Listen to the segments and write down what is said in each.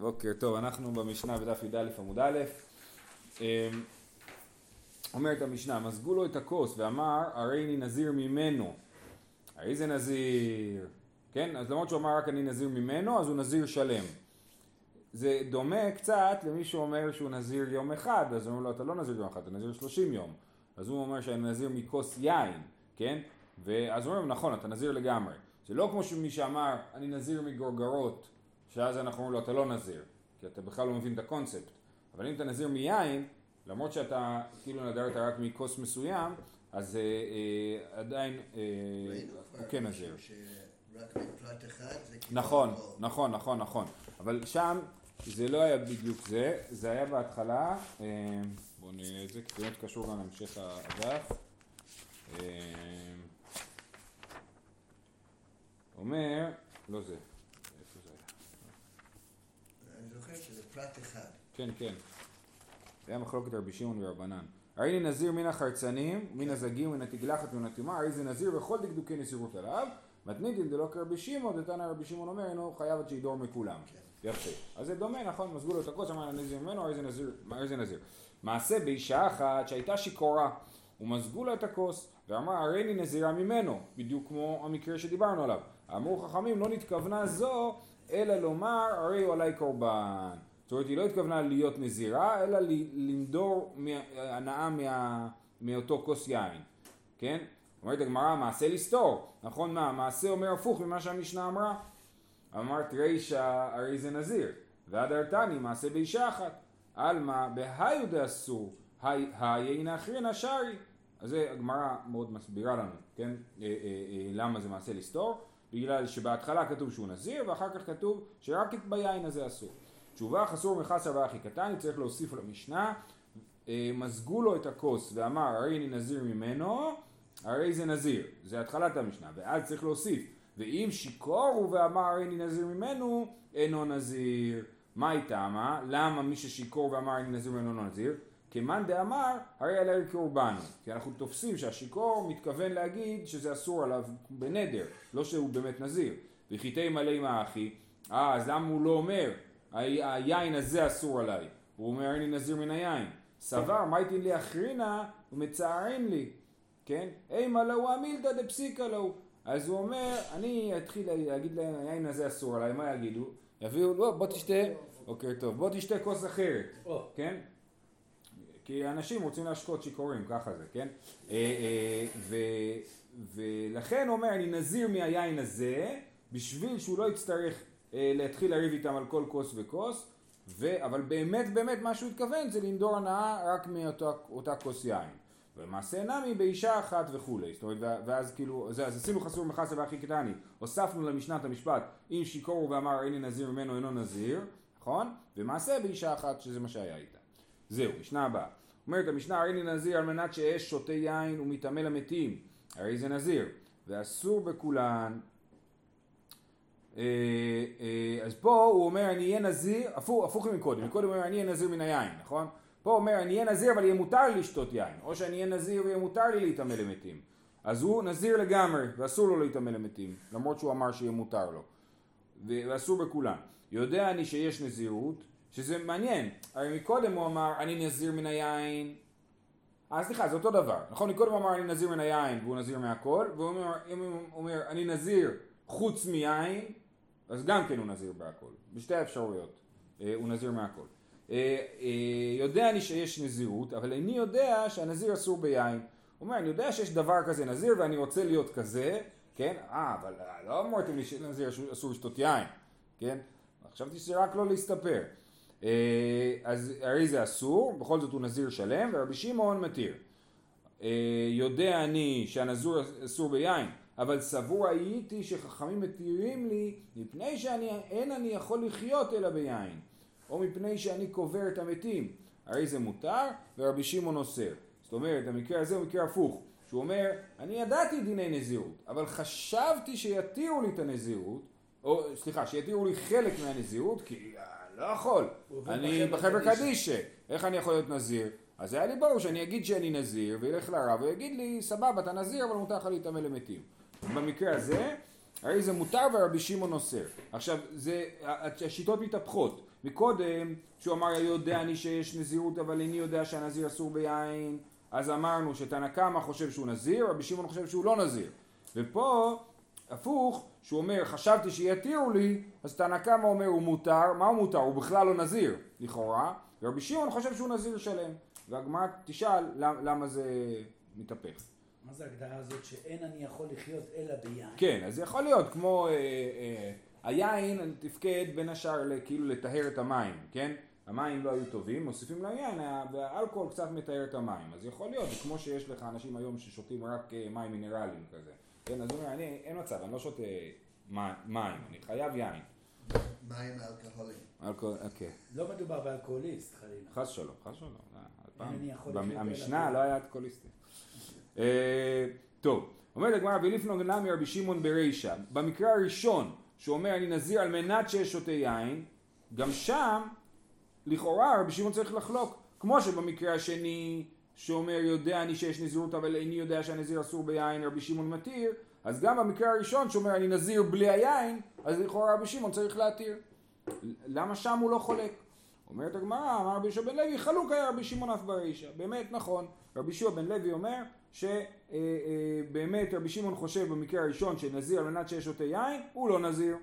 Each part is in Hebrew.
בוקר טוב, אנחנו במשנה בדף י"א עמוד א'. אומרת המשנה, מזגו לו את הכוס ואמר הרי אני נזיר ממנו. הרי זה נזיר, כן? אז למרות שהוא אמר רק אני נזיר ממנו, אז הוא נזיר שלם. זה דומה קצת למי שאומר שהוא נזיר יום אחד, אז הוא אומר לו אתה לא נזיר יום אחד, אתה נזיר 30 יום. אז הוא אומר שאני נזיר מכוס יין, כן? ואז הוא אומר נכון, אתה נזיר לגמרי. זה לא כמו שמי שאמר אני נזיר מגורגרות, שאז אנחנו אומרים לו אתה לא נזיר, כי אתה בכלל לא מבין את הקונספט. אבל אם אתה נזיר מיין, למרות שאתה כאילו נדרת רק מכוס מסוים, אז עדיין הוא כן נזיר. רק מפרט אחד זה נכון, נכון, נכון, נכון. אבל שם זה לא היה בדיוק זה, זה היה בהתחלה, בואו נראה את זה, כי זה קשור גם להמשך הדף. אומר, לא זה, איפה זה היה? אני זוכר שזה פרט אחד. כן, כן. זה היה מחלוקת רבי שמעון ורבנן. הרי אני נזיר מן החרצנים, מן הזגים, מן התגלחת ומן הטומאה, הרי זה נזיר בכל דקדוקי נזירות עליו, מתניתין דלא כרבי שמעון, דתנא רבי שמעון אומר, אינו חייב עד שידור מכולם. יפה. אז זה דומה, נכון, מזגו לו את הכוס, אמר נזיר ממנו, הרי זה נזיר. מעשה באישה אחת שהייתה שיכורה, ומזגו לה את הכוס, ואמר הרי אני נזירה ממנו, בדיוק כמו המקרה שדיברנו עליו. אמרו חכמים, לא נתכוונה זו, אלא לומר הרי הוא עליי קורבן. זאת אומרת, היא לא התכוונה להיות נזירה, אלא לנדור הנאה מאותו כוס יין. כן? אומרת הגמרא, מעשה לסתור. נכון מה? המעשה אומר הפוך ממה שהמשנה אמרה. אמרת רישא, הרי זה נזיר. ועד הרתני, מעשה באישה אחת. אלמה, בהיו דאסור, היין האחרין השארי. אז זה הגמרא מאוד מסבירה לנו, כן? למה זה מעשה לסתור? בגלל שבהתחלה כתוב שהוא נזיר, ואחר כך כתוב שרק ביין הזה אסור. תשובה חסור מחסר ואחי קטן, צריך להוסיף למשנה, מזגו לו את הכוס ואמר הרי אני נזיר ממנו, הרי זה נזיר, זה התחלת המשנה, ואז צריך להוסיף, ואם שיקור הוא ואמר הרי אני נזיר ממנו, אינו נזיר. מה איתמה? למה מי ששיקור ואמר אני נזיר ממנו אינו נזיר? כמאן דאמר הרי עלי קורבנו, כי אנחנו תופסים שהשיקור מתכוון להגיד שזה אסור עליו בנדר, לא שהוא באמת נזיר. וחיתי מלא מאחי, אז למה הוא לא אומר היין הזה אסור עליי? הוא אומר אני נזיר מן היין. סבר מה איתין לי אחרינה ומצערים לי, כן? אימה לו המילתא דפסיקה לו. אז הוא אומר אני אתחיל להגיד להם היין הזה אסור עליי, מה יגידו? יביאו לו בוא תשתה, אוקיי טוב, בוא תשתה כוס אחרת, כן? כי אנשים רוצים להשקות שיכורים, ככה זה, כן? ולכן הוא אומר אני נזיר מהיין הזה בשביל שהוא לא יצטרך להתחיל לריב איתם על כל כוס וכוס, אבל באמת מה שהוא התכוון זה לנדור הנאה רק מאותה כוס יין. ומעשה נמי באישה אחת וכולי. זאת אומרת, ואז כאילו, אז עשינו חסור מחסר ואחי קטני, הוספנו למשנת המשפט, אם שיקורו ואמר איני נזיר ממנו אינו נזיר, נכון? ומעשה באישה אחת שזה מה שהיה איתה. זהו, משנה הבאה. אומרת המשנה, הרי אני נזיר על מנת שאש שותה יין ומתאמה למתים. הרי זה נזיר. ואסור בכולן. אז פה הוא אומר אני אהיה נזיר, הפוך מקודם הוא אומר אני אהיה נזיר מן היין, נכון? פה הוא אומר אני אהיה נזיר אבל יהיה מותר לי לשתות יין, או שאני אהיה נזיר ויהיה מותר לי להתאמה למתים. אז הוא נזיר לגמרי ואסור לו להתאמה למתים, למרות שהוא אמר שיהיה מותר לו. ואסור בכולן. יודע אני שיש נזירות, שזה מעניין, הרי מקודם הוא אמר אני נזיר מן היין, סליחה זה אותו דבר, נכון? מקודם הוא אמר אני נזיר מן היין והוא נזיר מהכל, והוא אומר אני נזיר חוץ מיין, אז גם כן הוא נזיר בהכל, בשתי האפשרויות הוא נזיר מהכל. יודע אני שיש נזירות, אבל איני יודע שהנזיר אסור ביין. הוא אומר אני יודע שיש דבר כזה נזיר ואני רוצה להיות כזה, כן? אבל לא אמרתם לי שנזיר אסור לשתות יין, כן? חשבתי שזה רק לא להסתפר. אז הרי זה אסור, בכל זאת הוא נזיר שלם, ורבי שמעון מתיר. יודע אני שהנזיר אסור ביין, אבל סבור הייתי שחכמים מתירים לי מפני שאין אני יכול לחיות אלא ביין, או מפני שאני קובר את המתים. הרי זה מותר, ורבי שמעון אוסר. זאת אומרת, המקרה הזה הוא מקרה הפוך, שהוא אומר, אני ידעתי דיני נזירות, אבל חשבתי שיתירו לי את הנזירות, או סליחה, שיתירו לי חלק מהנזירות, כי לא יכול, אני בחבר קדישה, איך אני יכול להיות נזיר? אז היה לי ברור שאני אגיד שאני נזיר, וילך לרב ויגיד לי, סבבה, אתה נזיר, אבל מותר לך להתאמה למתים. במקרה הזה, הרי זה מותר ורבי שמעון אוסר. עכשיו, השיטות מתהפכות. מקודם, שהוא אמר יודע אני שיש נזירות אבל איני יודע שהנזיר אסור ביין, אז אמרנו שתנא קמא חושב שהוא נזיר, רבי שמעון חושב שהוא לא נזיר. ופה הפוך, שהוא אומר חשבתי שיתירו לי, אז תנא קמא אומר הוא מותר, מה הוא מותר? הוא בכלל לא נזיר לכאורה, ורבי שמעון חושב שהוא נזיר שלם. והגמרא תשאל למה זה מתהפך. מה זה ההגדרה הזאת שאין אני יכול לחיות אלא ביין? כן, אז זה יכול להיות כמו היין תפקד בין השאר כאילו לטהר את המים, כן? המים לא היו טובים, מוסיפים ליין, והאלכוהול קצת מטהר את המים. אז יכול להיות, זה כמו שיש לך אנשים היום ששותים רק מים מינרליים כזה. כן, אז הוא אומר, אין מצב, אני לא שותה מים, אני חייב יין. מים אלכוהולים. אוקיי. לא מדובר באלכוהוליסט חלילה. חס שלום, חס שלום. המשנה לא היה אלכוהוליסטי. טוב, אומרת הגמרא ולפנו נמי רבי שמעון ברישא. במקרה הראשון, שהוא אומר אני נזיר על מנת שיש שותה יין, גם שם, לכאורה רבי שמעון צריך לחלוק. כמו שבמקרה השני, שאומר יודע אני שיש נזירות אבל איני יודע שהנזיר אסור ביין, רבי שמעון מתיר, אז גם במקרה הראשון שאומר אני נזיר בלי היין, אז לכאורה רבי שמעון צריך להתיר. למה שם הוא לא חולק? אומרת הגמרא, אמר רבי יהושע בן לוי, חלוק היה רבי שמעון אף ברישא. באמת נכון, רבי יהושע בן לוי אומר שבאמת רבי שמעון חושב במקרה הראשון שנזיר על מנת שיש שותה יין, הוא לא נזיר.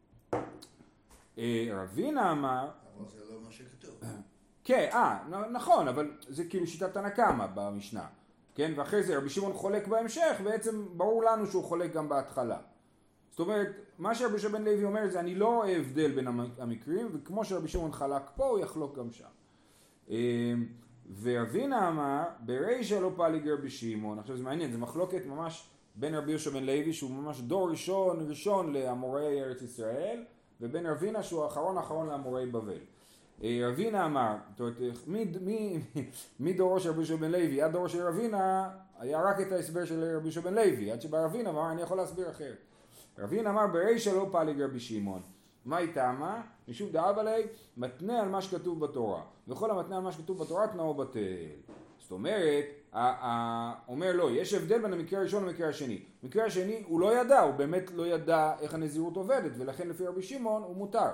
רבינה אמר, אבל זה לא מה שכתוב. כן, נכון, אבל זה כאילו שיטת תנא קמא במשנה, כן? ואחרי זה רבי שמעון חולק בהמשך, בעצם ברור לנו שהוא חולק גם בהתחלה. זאת אומרת, מה שרבי יהושע בן לוי אומר זה אני לא רואה הבדל בין המקרים, וכמו שרבי שמעון חלק פה, הוא יחלוק גם שם. ורבינה אמר, ברישא לא פליג רבי שמעון. עכשיו זה מעניין, זה מחלוקת ממש בין רבי יהושע בן לוי, שהוא ממש דור ראשון לאמורי ארץ ישראל, ובין רבינה שהוא האחרון לאמורי בבל. רבינה אמר, מי דורו של רבי יהושע בן לוי? עד דורו של רבינה היה רק את ההסבר של רבי יהושע בן לוי, עד שבא רבינה אמר אני יכול להסביר אחרת. רבינה אמר ברישא לא פליג רבי שמעון. מה היא טעמה? משום דאב עלי מתנה על מה שכתוב בתורה, וכל המתנה על מה שכתוב בתורה תנאו בטל. זאת אומרת, אומר לו, יש הבדל בין המקרה הראשון למקרה השני. במקרה השני הוא לא ידע, הוא באמת לא ידע איך הנזירות עובדת, ולכן לפי רבי שמעון הוא מותר.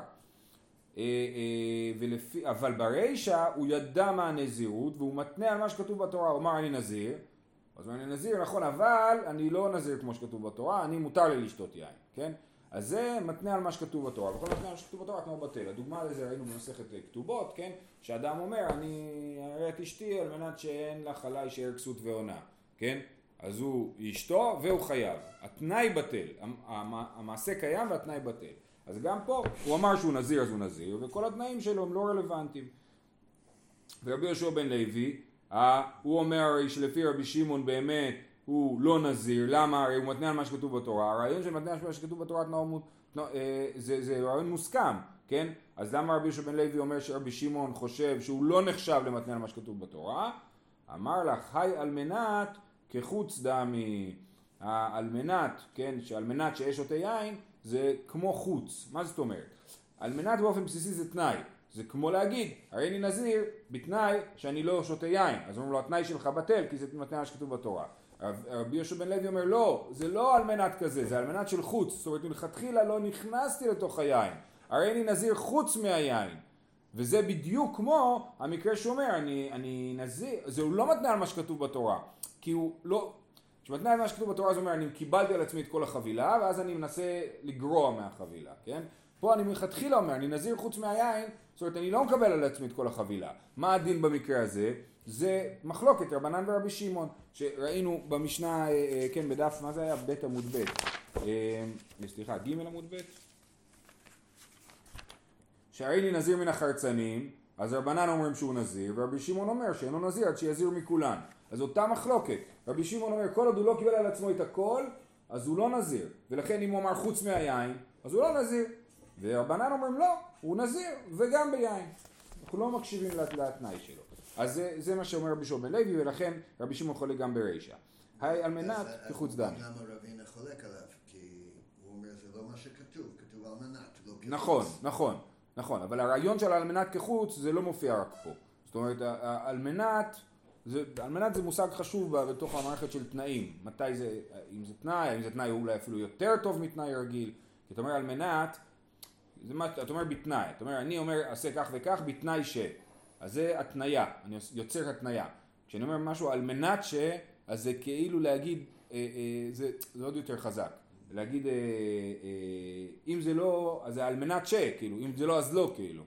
אבל ברישא הוא ידע מה הנזירות, והוא מתנה על מה שכתוב בתורה, הוא אמר אני נזיר, אז אני נזיר נכון, אבל אני לא נזיר כמו שכתוב בתורה, אני מותר לי לשתות יין, כן? אז זה מתנה על מה שכתוב בתורה, וכל מתנה על מה שכתוב בתורה כמו בטל. הדוגמה לזה ראינו במסכת כתובות, כן? שאדם אומר, אני אראה את אשתי על מנת שאין לך עליי שאר כסות ועונה, כן? אז הוא אשתו והוא חייב. התנאי בטל, המעשה קיים והתנאי בטל. אז גם פה הוא אמר שהוא נזיר אז הוא נזיר, וכל התנאים שלו הם לא רלוונטיים. ורבי יהושע בן לוי, הוא אומר הרי שלפי רבי שמעון באמת הוא לא נזיר, למה? הרי הוא מתנה על מה שכתוב בתורה, הרעיון של מתנה על מה שכתוב בתורה זה רעיון מוסכם, כן? אז למה רבי יהושע בן לוי אומר שרבי שמעון חושב שהוא לא נחשב למתנה על מה שכתוב בתורה? אמר לך, היי על מנת כחוץ דמי, על מנת, כן? שעל מנת שיש שותה יין זה כמו חוץ, מה זאת אומרת? על מנת באופן בסיסי זה תנאי, זה כמו להגיד, הרי אני נזיר בתנאי שאני לא שותה יין, אז אומרים לו התנאי שלך בטל כי זה מתנה שכתוב בתורה. רבי יהושע בן לוי אומר לא, זה לא על מנת כזה, זה על מנת של חוץ, זאת אומרת מלכתחילה לא נכנסתי לתוך היין, הרי אני נזיר חוץ מהיין, וזה בדיוק כמו המקרה שאומר, אני נזיר, זה לא מתנה על מה שכתוב בתורה, כי הוא לא, כשמתנה על מה שכתוב בתורה זה אומר אני קיבלתי על עצמי את כל החבילה, ואז אני מנסה לגרוע מהחבילה, כן? פה אני מלכתחילה אומר, אני נזיר חוץ מהיין, זאת אומרת אני לא מקבל על עצמי את כל החבילה. מה הדין במקרה הזה? זה מחלוקת רבנן ורבי שמעון, שראינו במשנה, כן, בדף, מה זה היה? בית עמוד בית. סליחה, ג' עמוד בית. שהרי לי נזיר מן החרצנים, אז רבנן אומרים שהוא נזיר, ורבי שמעון אומר שאינו נזיר עד שיזיר מכולן. אז אותה מחלוקת. רבי שמעון אומר, כל עוד הוא לא קיבל על עצמו את הכל, אז הוא לא נזיר. ולכן אם הוא אמר חוץ מהיין, אז הוא לא נזיר. ורבנן אומרים לא, הוא נזיר וגם ביין. אנחנו לא מקשיבים לתנאי שלו. אז זה מה שאומר רבי יהושע בן לוי, ולכן רבי שמעון חולק גם ברישא. היי על מנת כחוץ דמי. למה רבינה חולק עליו? כי הוא אומר זה לא מה שכתוב, כתוב על מנת, לא כחוץ. נכון, אבל הרעיון של על מנת כחוץ זה לא מופיע רק פה. זאת אומרת, על מנת זה מושג חשוב בתוך המערכת של תנאים. מתי זה, אם זה תנאי אולי אפילו יותר טוב מתנאי רגיל. כי אתה אומר על מנת, זה מה, אתה אומר בתנאי, אתה אומר אני אומר עשה כך וכך בתנאי ש, אז זה התניה, אני יוצר התניה. כשאני אומר משהו על מנת ש, אז זה כאילו להגיד, זה עוד יותר חזק, להגיד אם זה לא, אז זה על מנת ש, כאילו, אם זה לא אז לא, כאילו.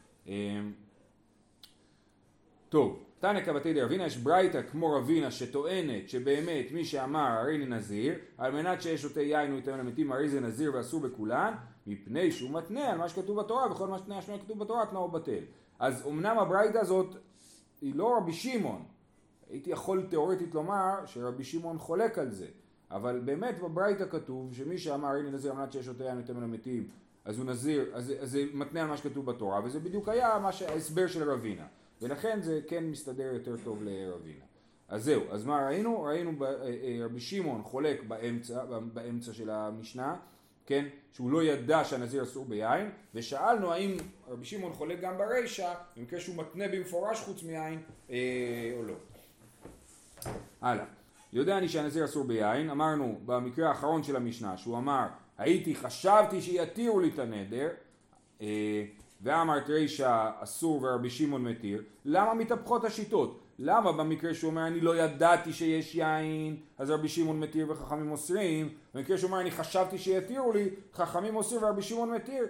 טוב, תנא כבתי דרבינה, יש ברייתא כמו רבינה שטוענת שבאמת מי שאמר הרי אני נזיר, על מנת שיש שותה יין הוא ייתן למתים הרי זה נזיר ואסור בכולן, מפני שהוא מתנה על מה שכתוב בתורה, וכל מה שכתוב בתורה תנאו בטל. אז אמנם הברייתא הזאת היא לא רבי שמעון, הייתי יכול תיאורטית לומר שרבי שמעון חולק על זה, אבל באמת בברייתא כתוב שמי שאמר הרי אני נזיר על מנת שיש שותה יין הוא ייתן למתים, אז הוא נזיר, אז זה מתנה על מה שכתוב בתורה, וזה בדיוק היה ההסבר של רבינה. ולכן זה כן מסתדר יותר טוב לרבינה. אז זהו, אז מה ראינו? ראינו רבי שמעון חולק באמצע של המשנה, כן? שהוא לא ידע שהנזיר אסור ביין, ושאלנו האם רבי שמעון חולק גם ברישא, במקרה שהוא מתנה במפורש חוץ מיין או לא. הלאה. יודע אני שהנזיר אסור ביין, אמרנו במקרה האחרון של המשנה, שהוא אמר, חשבתי שיתירו לי את הנדר, ואמרת רישא אסור ורבי שמעון מתיר. למה מתהפכות השיטות? למה במקרה שהוא אומר אני לא ידעתי שיש יין אז רבי שמעון מתיר וחכמים אוסרים, במקרה שהוא אומר אני חשבתי שיתירו לי חכמים אוסרים ורבי שמעון מתיר,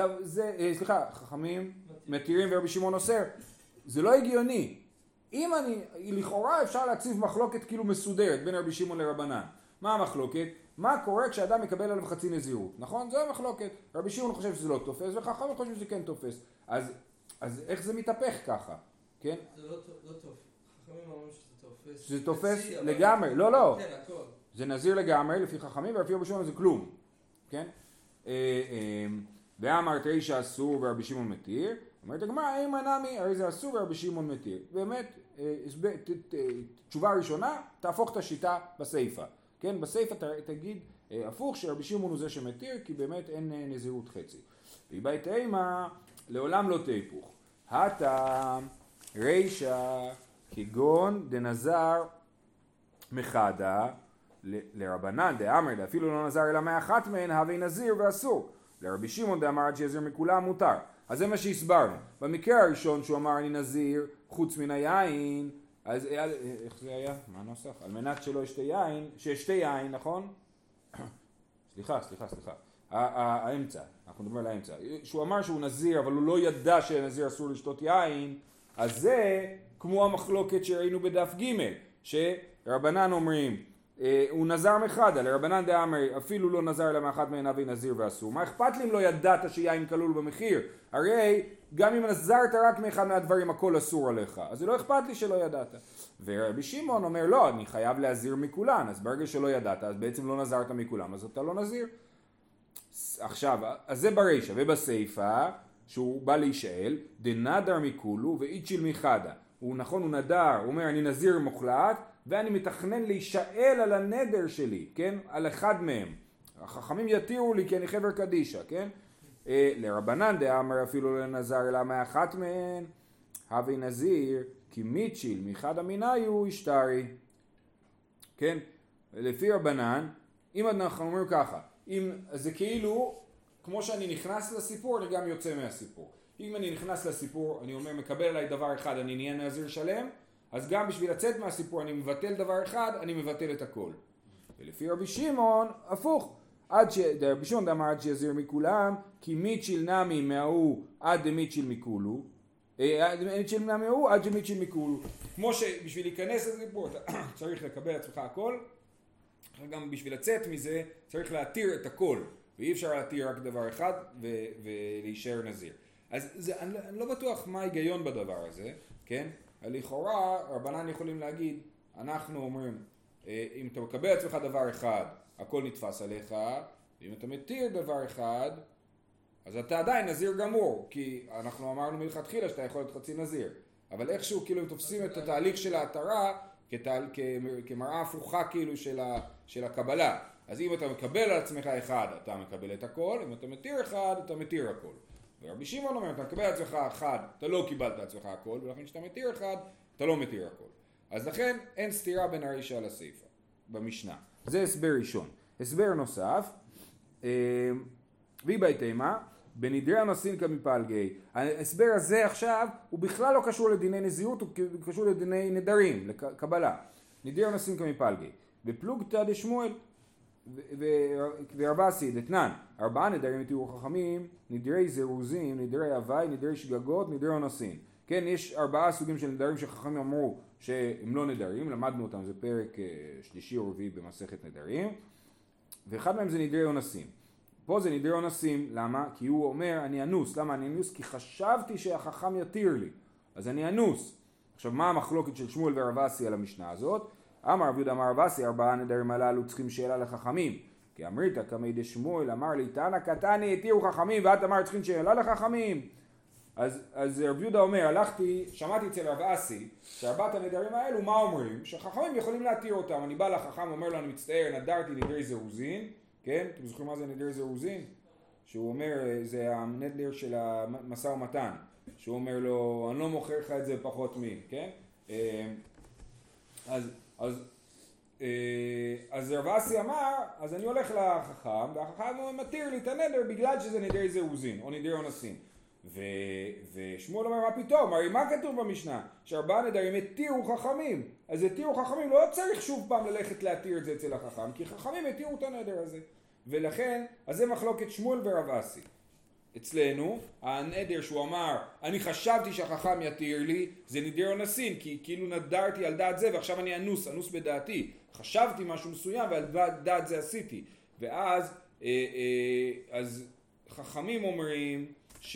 חכמים מתירים ורבי שמעון אוסר. זה לא הגיוני. אם לכאורה אפשר להציב מחלוקת כאילו מסודרת בין רבי שמעון לרבנן. מה המחלוקת? מה קורה כשאדם מקבל עליו חצי נזירות? נכון? זו המחלוקת. רבי שמעון חושב שזה לא תופס, וחכמים חושב שזה כן תופס. אז איך זה מתהפך ככה? כן? זה לא טוב. חכמים אומרים שזה תופס. שזה תופס לגמרי. לא. כן, הכל. זה נזיר לגמרי לפי חכמים, ולפי רבי שמעון זה כלום. כן? ואמרת רישא אסור ורבי שמעון מתיר. אומרת הגמרא, אם הנמי, הרי זה אסור ורבי שמעון מתיר. באמת, תשובה ראשונה, תהפוך את השיטה בסיפא. כן, בסייפה תגיד הפוך שרבי שמעון הוא זה שמתיר, כי באמת אין נזירות חצי. ויבאי תימה, לעולם לא תהפוך. הטעם רישא כגון דנזר מחדה לרבנן דאמר אפילו לא נזר אלא מאחת מהן הווי נזיר ואסור. לרבי שמעון דאמר עד שיזיר מכולם מותר. אז זה מה שהסברנו. במקרה הראשון שהוא אמר אני נזיר חוץ מן היין, אז איך זה היה? מה הנוסח? על מנת שלא ישתה יין, שישתה יין, נכון? סליחה. האמצע, אנחנו מדברים על האמצע. שהוא אמר שהוא נזיר, אבל הוא לא ידע שנזיר אסור לשתות יין, אז זה כמו המחלוקת שראינו בדף ג' שרבנן אומרים, הוא נזר מחדה, לרבנן דאמר אפילו לא נזר אלא מאחת מהן הווי נזיר ואסור. מה אכפת לי אם לא ידעת שיין כלול במחיר? הרי גם אם נזרת רק מאחד מהדברים הכל אסור עליך, אז זה לא אכפת לי שלא ידעת. ורבי שמעון אומר לא, אני חייב להזיר מכולן, אז ברגע שלא ידעת אז בעצם לא נזרת מכולם, אז אתה לא נזיר. עכשיו, אז זה ברישא ובסיפא שהוא בא להישאל, דנדר מכולו ואיצ'יל מחדה. הוא נכון, הוא נדר, הוא אומר אני נזיר מוחלט ואני מתכנן להישאל על הנדר שלי, כן? על אחד מהם. החכמים יתירו לי כי אני חבר קדישה, כן? לרבנן דאמר אפילו לנזר אלא מאחת מהן, הווי נזיר כי מיטשיל מחד המינאיו השתרי. כן? לפי רבנן, אם אנחנו אומרים ככה, זה כאילו, כמו שאני נכנס לסיפור, אני גם יוצא מהסיפור. אם אני נכנס לסיפור, אני אומר, מקבל עליי דבר אחד, אני נהיה נזיר שלם, אז גם בשביל לצאת מהסיפור, אני מבטל דבר אחד, אני מבטל את הכל. ולפי רבי שמעון, הפוך. רבי שמעון אמר עד שיזיר מכולם, כי מיטשיל נמי מההוא עד מיטשיל מכולו, מיטשיל נמי מההוא עד מיטשיל מכולו. כמו שבשביל להיכנס לסיפור, אתה צריך לקבל לעצמך הכל, גם בשביל לצאת מזה, צריך להתיר את הכל. ואי אפשר להתיר רק דבר אחד ולהישאר נזיר. אז אני לא בטוח מה ההיגיון בדבר הזה, כן? לכאורה, רבנן יכולים להגיד, אנחנו אומרים, אם אתה מקבל לעצמך דבר אחד, הכל נתפס עליך, ואם אתה מתיר דבר אחד, אז אתה עדיין נזיר גמור, כי אנחנו אמרנו מלכתחילה שאתה יכול להיות חצי נזיר. אבל איכשהו כאילו הם תופסים את התהליך של ההתרה כמראה הפוכה כאילו של הקבלה. אז אם אתה מקבל על עצמך אחד, אתה מקבל את הכל, אם אתה מתיר אחד, אתה מתיר הכל. ורבי שמעון אומר, אתה מקבל על עצמך אחד, אתה לא קיבלת על עצמך הכל, ולכן כשאתה מתיר אחד, אתה לא מתיר הכל. אז לכן אין סתירה בין הרישא לסיפא במשנה. זה הסבר ראשון. הסבר נוסף, והיא בהתאמה, בנדרי אונסין כמפלגי. ההסבר הזה עכשיו הוא בכלל לא קשור לדיני נזירות, הוא קשור לדיני נדרים, לקבלה. נדרי אונסין כמפלגי. בפלוגתא דשמואל ורבסי דתנן, 4 נדרים התירו חכמים, נדרי זירוזים, נדרי הווי, נדרי שגגות, נדרי אונסין. כן, יש 4 סוגים של נדרים שחכמים אמרו שהם לא נדרים, למדנו אותם, זה פרק 3 או 4 במסכת נדרים, ואחד מהם זה נדרי אונסין. פה זה נדרי אונסין, למה? כי הוא אומר אני אנוס. למה אני אנוס? כי חשבתי שהחכם יתיר לי, אז אני אנוס. עכשיו מה המחלוקת של שמואל ורבסי על המשנה הזאת? אמר רב יהודה אמר רבסי, 4 נדרים הללו צריכים שאלה לחכמים. כי אמרית כמי דשמואל אמר לי תנא קטני התירו חכמים ואת אמרת צריכים שאלה לחכמים. אז רב יהודה אומר, שמעתי אצל רבסי ש4 הנדרים האלו מה אומרים? שחכמים יכולים להתיר אותם. אני בא לחכם אומר לו אני מצטער נדרתי נדרי זירוזין, כן? אתם זוכרים מה זה נדרי זירוזין? שהוא אומר זה הנדר של המשא ומתן, שהוא אומר לו אני לא מוכר לך את זה פחות מי, כן? אז רבסי אמר, אז אני הולך לחכם, והחכם מתיר לי את הנדר בגלל שזה נדרי זירוזין או נדרי אונסין. ושמואל אומר מה פתאום, הרי מה כתוב במשנה? ש4 נדרים התירו חכמים, אז התירו חכמים, לא צריך שוב פעם ללכת להתיר את זה אצל החכם, כי חכמים התירו את הנדר הזה. ולכן, אז זה מחלוקת שמואל ורבסי. אצלנו, הנדר שהוא אמר, אני חשבתי שהחכם יתיר לי, זה נדר אונסין, כי כאילו נדרתי על דעת זה, ועכשיו אני אנוס בדעתי. חשבתי משהו מסוים, ועל דעת זה עשיתי. ואז, אז חכמים אומרים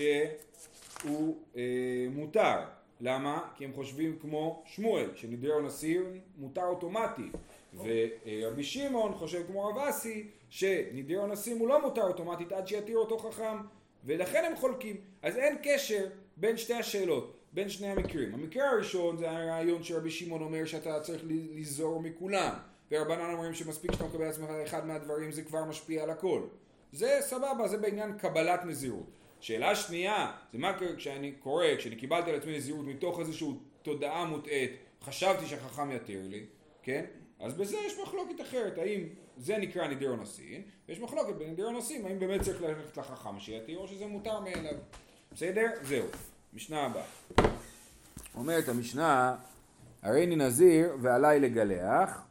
שהוא מותר. למה? כי הם חושבים כמו שמואל, שנדר אונסין מותר אוטומטי. ורבי שמעון חושב כמו רבסי, שנדר אונסין הוא לא מותר אוטומטית עד שיתיר אותו חכם. ולכן הם חולקים. אז אין קשר בין שתי השאלות, בין שני המקרים. המקרה הראשון זה הרעיון שרבי שמעון אומר שאתה צריך לזור מכולם, והרבנן אומרים שמספיק שאתה מקבל עצמך אחד מהדברים זה כבר משפיע על הכל. זה סבבה, זה בעניין קבלת נזירות. שאלה שנייה, זה מה כשאני קיבלתי על עצמי נזירות מתוך איזושהי תודעה מוטעת, חשבתי שהחכם יתיר לי, כן? אז בזה יש מחלוקת אחרת, האם זה נקרא נדר אונסין, ויש מחלוקת בין נדר אונסין, האם באמת צריך ללכת לחכם שיתיר או שזה מותר מאליו. בסדר? זהו. משנה הבאה. אומרת המשנה, הריני נזיר ועליי לגלח,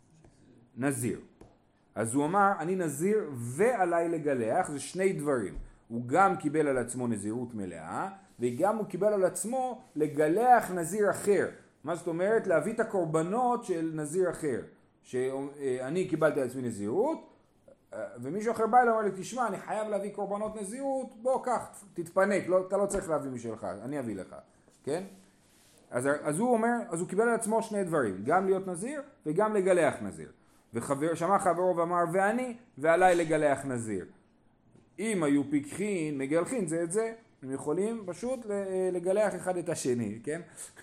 נזיר. אז הוא אמר, אני נזיר ועליי לגלח, זה שני דברים. הוא גם קיבל על עצמו נזירות מלאה, וגם הוא קיבל על עצמו לגלח נזיר אחר. מה זאת אומרת? להביא את הקורבנות של נזיר אחר. שאני קיבלתי על עצמי נזירות, ומישהו אחר בא אליי ואומר לי, תשמע, אני חייב להביא קורבנות נזירות, בוא, קח, תתפנק, אתה לא צריך להביא משלך, אני אביא לך, כן? אז הוא אומר, אז הוא קיבל על עצמו שני דברים, גם להיות נזיר וגם לגלח נזיר. ושמע חברו ואמר, ואני, ועליי לגלח נזיר. אם היו פיקחין, מגלחין זה את זה, הם יכולים פשוט לגלח אחד את השני, כן?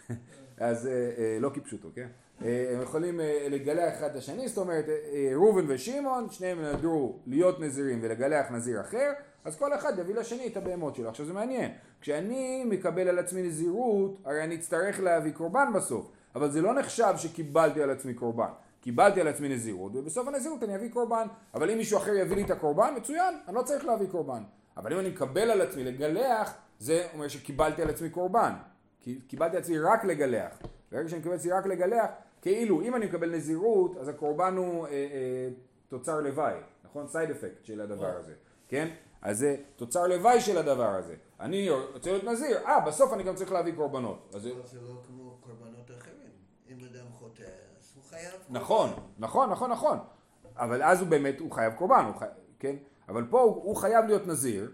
אז לא כפשוטו, כן? הם יכולים לגלח אחד את השני, זאת אומרת, ראובן ושמעון, שניהם נדרו להיות נזירים ולגלח נזיר אחר, אז כל אחד יביא לשני את הבהמות שלו. עכשיו זה מעניין, כשאני מקבל על עצמי נזירות, הרי אני אצטרך להביא קורבן בסוף, אבל זה לא נחשב שקיבלתי על עצמי קורבן. קיבלתי על עצמי נזירות, ובסוף הנזירות אני אביא קורבן, אבל אם מישהו אחר יביא לי את הקורבן, מצוין, אני לא צריך להביא קורבן. אבל אם אני מקבל על עצמי לגלח, זה אומר שקיבלתי על עצמי קורבן. קיבלתי על עצמי רק לגלח. ברגע שאני מקבל על עצמי רק לגלח, כאילו אם אני מקבל נזירות, אז הקורבן הוא תוצר לוואי, נכון? סייד אפקט של הדבר הזה, כן? אז זה תוצר לוואי של הדבר הזה. אני רוצה להיות נזיר, בסוף אני גם צריך להביא קורבנות. זה לא כמו קורבנות אחרים. אם אדם חוטא, אז הוא חייב קורבן. נכון. אבל אז הוא באמת, הוא חייב קורבן, כן? אבל פה הוא חייב להיות נזיר,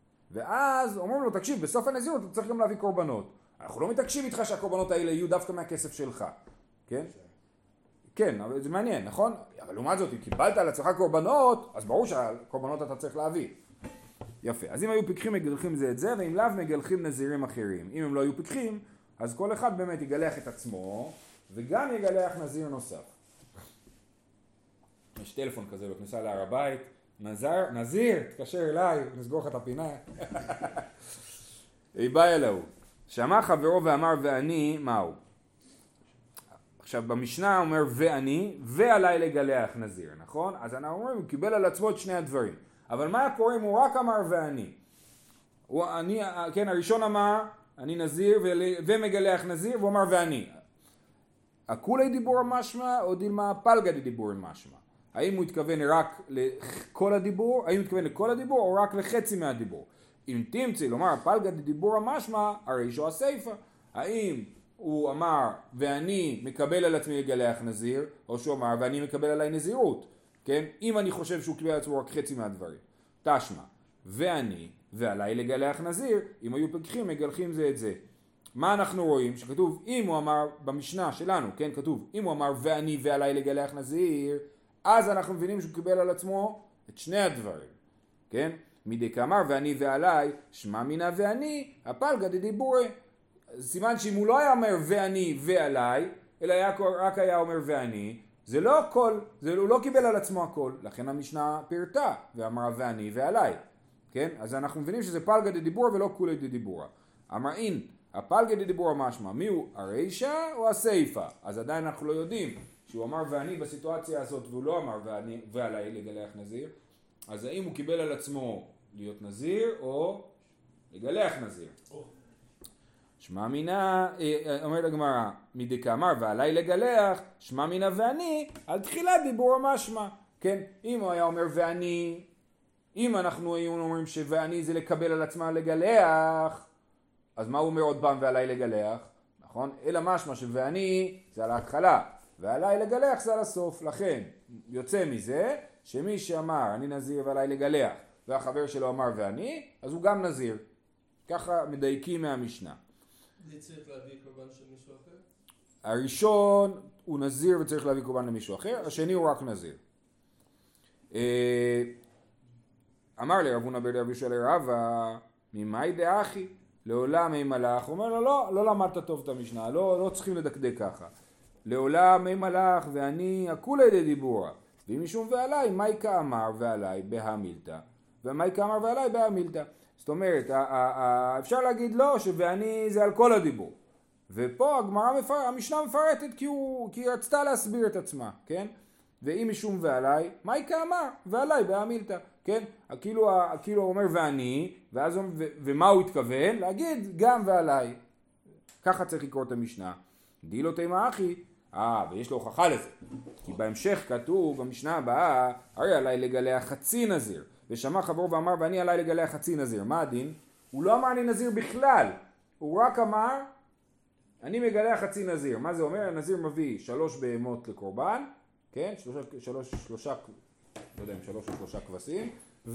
ואז אומרים לו, תקשיב, בסוף הנזירות אתה צריך גם להביא קורבנות. אנחנו לא מתעקשים איתך שהקורבנות האלה יהיו דווקא מהכסף שלך, כן? כן, אבל זה מעניין, נכון? אבל לעומת זאת, אם קיבלת על עצמך קורבנות, אז ברור שהקורבנות אתה צריך להביא. יפה, אז אם היו פיקחים מגלחים זה את זה, ואם לאו מגלחים נזירים אחרים. אם הם לא היו פיקחים, אז כל אחד באמת יגלח את עצמו, וגם יגלח נזיר נוסף. יש טלפון כזה בכניסה להר הבית, נזיר, תקשר אליי, נסגור לך את הפינה. בא אלוהו, שמע חברו ואמר ואני, מהו? עכשיו במשנה אומר ואני, ועליי לגלח נזיר, נכון? אז אנחנו אומרים, הוא קיבל על עצמו את שני הדברים. אבל מה קורה אם הוא רק אמר ואני? כן, הראשון אמר, אני נזיר ומגלח נזיר, והוא אמר ואני. הכולי דיבור המשמע או דילמה פלגה דיבור המשמע? האם הוא התכוון רק לכל הדיבור, האם הוא התכוון לכל הדיבור או רק לחצי מהדיבור? אם תמצא לומר פלגה דיבור המשמע, הרי שהוא הסיפה. האם הוא אמר ואני מקבל על עצמי לגלח נזיר, או שהוא אמר ואני מקבל עליי נזירות, כן? אם אני חושב שהוא קיבל על עצמו רק חצי מהדברים. תשמע, ואני ועליי לגלח נזיר, אם היו פקחים מגלחים זה את זה. מה אנחנו רואים? שכתוב אם הוא אמר במשנה שלנו, כן, כתוב אם הוא אמר ואני ועליי לגלח נזיר, אז אנחנו מבינים שהוא קיבל על עצמו את שני הדברים, כן? מדי כאמר ואני ועליי, שמע מינה ואני, הפלגה דדיבורי. סימן שאם הוא לא היה אומר ואני ועליי, אלא רק היה אומר ואני, זה לא הכל, הוא לא קיבל על עצמו הכל, לכן המשנה פירטה ואמרה ואני ועליי, כן? אז אנחנו מבינים שזה פלגה דדיבורה ולא כולי דדיבורה. אמר אין, הפלגה דדיבורה משמע, מי הוא? הרישה או הסיפה? אז עדיין אנחנו לא יודעים שהוא אמר ואני בסיטואציה הזאת והוא לא אמר ואני ועליי לגלח נזיר, אז האם הוא קיבל על עצמו להיות נזיר או לגלח נזיר? שמע מינה, אומרת הגמרא, מדי כאמר ועליי לגלח, שמע מינה ואני, על תחילת דיבור המשמע. כן, אם הוא היה אומר ואני, אם אנחנו היינו אומרים שוואני זה לקבל על עצמה לגלח, אז מה הוא אומר עוד פעם ועליי לגלח? נכון? אלא משמע שוואני זה על ההתחלה, ועליי לגלח זה על הסוף. לכן יוצא מזה שמי שאמר אני נזיר ועליי לגלח, והחבר שלו אמר ואני, אז הוא גם נזיר. ככה מדייקים מהמשנה. זה צריך להביא קורבן של מישהו אחר? הראשון הוא נזיר וצריך להביא קורבן למישהו אחר, השני הוא רק נזיר. אמר לי רב הונא בר דרבי יהושע לרבא, ממאי דאחי? לעולם אין מלאך. הוא אומר לו לא למדת טוב את המשנה, לא צריכים לדקדק ככה. לעולם אין מלאך ואני הכולי דדיבורה. ואם משום ועליי, מאי כאמר ועליי בהמילתא, ומאי כאמר ועליי בהמילתא. זאת אומרת, אפשר להגיד לא, שוואני זה על כל הדיבור. ופה המשנה מפרטת כי היא רצתה להסביר את עצמה, כן? ואם משום ועליי, מאי כאמר ועליי בהמילתא, כן? כאילו הוא אומר ואני, ומה הוא התכוון? להגיד גם ועליי. ככה צריך לקרוא את המשנה. דילו תימא אחי, ויש לו הוכחה לזה. כי בהמשך כתוב במשנה הבאה, הרי עליי לגלח חצי נזיר. ושמע חברו ואמר ואני עליי לגלח חצי נזיר. מה הדין? הוא לא אמר אני נזיר בכלל, הוא רק אמר אני מגלח חצי נזיר. מה זה אומר? הנזיר מביא 3 בהמות לקורבן, כן? 3 כבשים,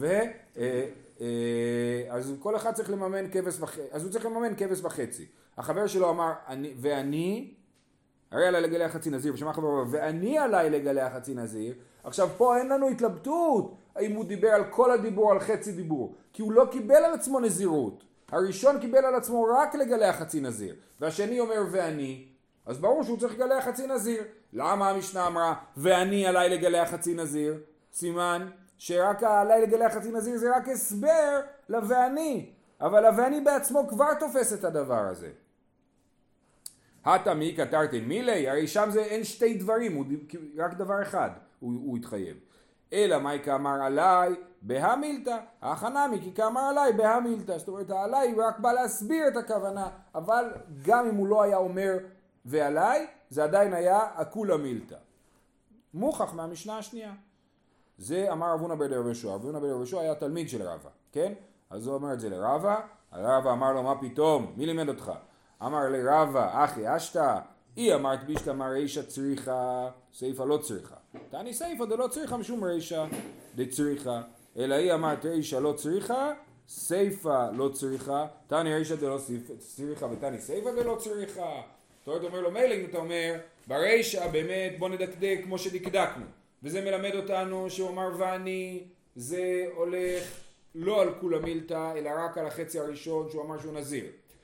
אז כל אחד צריך לממן כבש וחצי, אז הוא צריך לממן כבש וחצי. החבר שלו אמר ואני הרי עליי לגלח חצי נזיר, ושמע חברו ואני עליי לגלח חצי נזיר. עכשיו פה אין לנו התלבטות האם הוא דיבר על כל הדיבור על חצי דיבור, כי הוא לא קיבל על עצמו נזירות. הראשון קיבל על עצמו רק לגלח חצי נזיר, והשני אומר ואני, אז ברור שהוא צריך לגלח חצי נזיר. למה המשנה אמרה ואני עליי לגלח חצי נזיר? סימן שרק עליי לגלח חצי נזיר זה רק הסבר לוואני, אבל הוואני בעצמו כבר תופס את הדבר הזה. התמי כתרתי מילי, הרי שם זה אין שתי דברים, רק דבר אחד הוא התחייב. אלא מאי כאמר עליי בהמילתא, החנמי כי כאמר עליי בהמילתא. זאת אומרת העליי הוא רק בא להסביר את הכוונה, אבל גם אם הוא לא היה אומר ועליי, זה עדיין היה הכולה מילתא. מוכח מהמשנה השנייה. זה אמר רב הונא בר דרבי יהושע. רב הונא בר דרבי יהושע היה תלמיד של רבא, כן? אז הוא אומר את זה לרבא, הרבא אמר לו מה פתאום, מי לימד אותך? אמר לרבא, אחי אשתא, היא אמרת בישלמה רישא צריכה, סיפא לא צריכה. תעני סיפא דלא צריכה משום רישא דצריכה, אלא היא אמרת רישא לא צריכה, סיפא לא צריכה, תעני רישא דלא צריכה ותעני סיפא דלא צריכה. זאת אומר לו מילא אם אתה אומר, ברישא באמת בוא נדקדק כמו שדקדקנו, וזה מלמד אותנו שהוא אמר ואני, זה הולך לא על כולה מילתא, אלא רק על החצי הראשון שהוא אמר שהוא נזיר.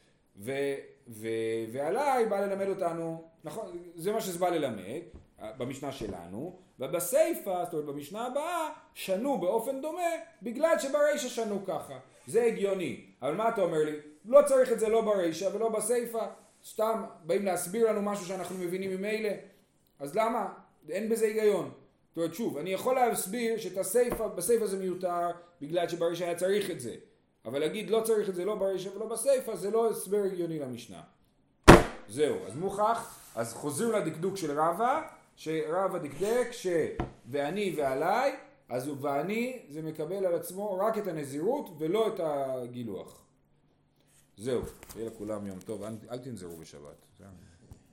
ועליי בא ללמד אותנו, נכון, זה מה שזה בא ללמד במשנה שלנו, ובסייפה, זאת אומרת במשנה הבאה, שנו באופן דומה, בגלל שברישא שנו ככה. זה הגיוני, אבל מה אתה אומר לי? לא צריך את זה לא ברישא ולא בסייפה, סתם באים להסביר לנו משהו שאנחנו מבינים ממילא, אז למה? אין בזה היגיון. זאת אומרת שוב, אני יכול להסביר שאת הסייפה, בסייפה זה מיותר, בגלל שברישא היה צריך את זה. אבל להגיד לא צריך את זה לא ברישה ולא בסייפה, זה לא הסבר הגיוני למשנה. זהו, אז מוכח, אז חוזרים לדקדוק של רבא, שרבא דקדק ואני ועליי, אז הוא ואני זה מקבל על עצמו רק את הנזירות ולא את הגילוח. זהו, יהיה לכולם יום טוב, אל תנזרו בשבת.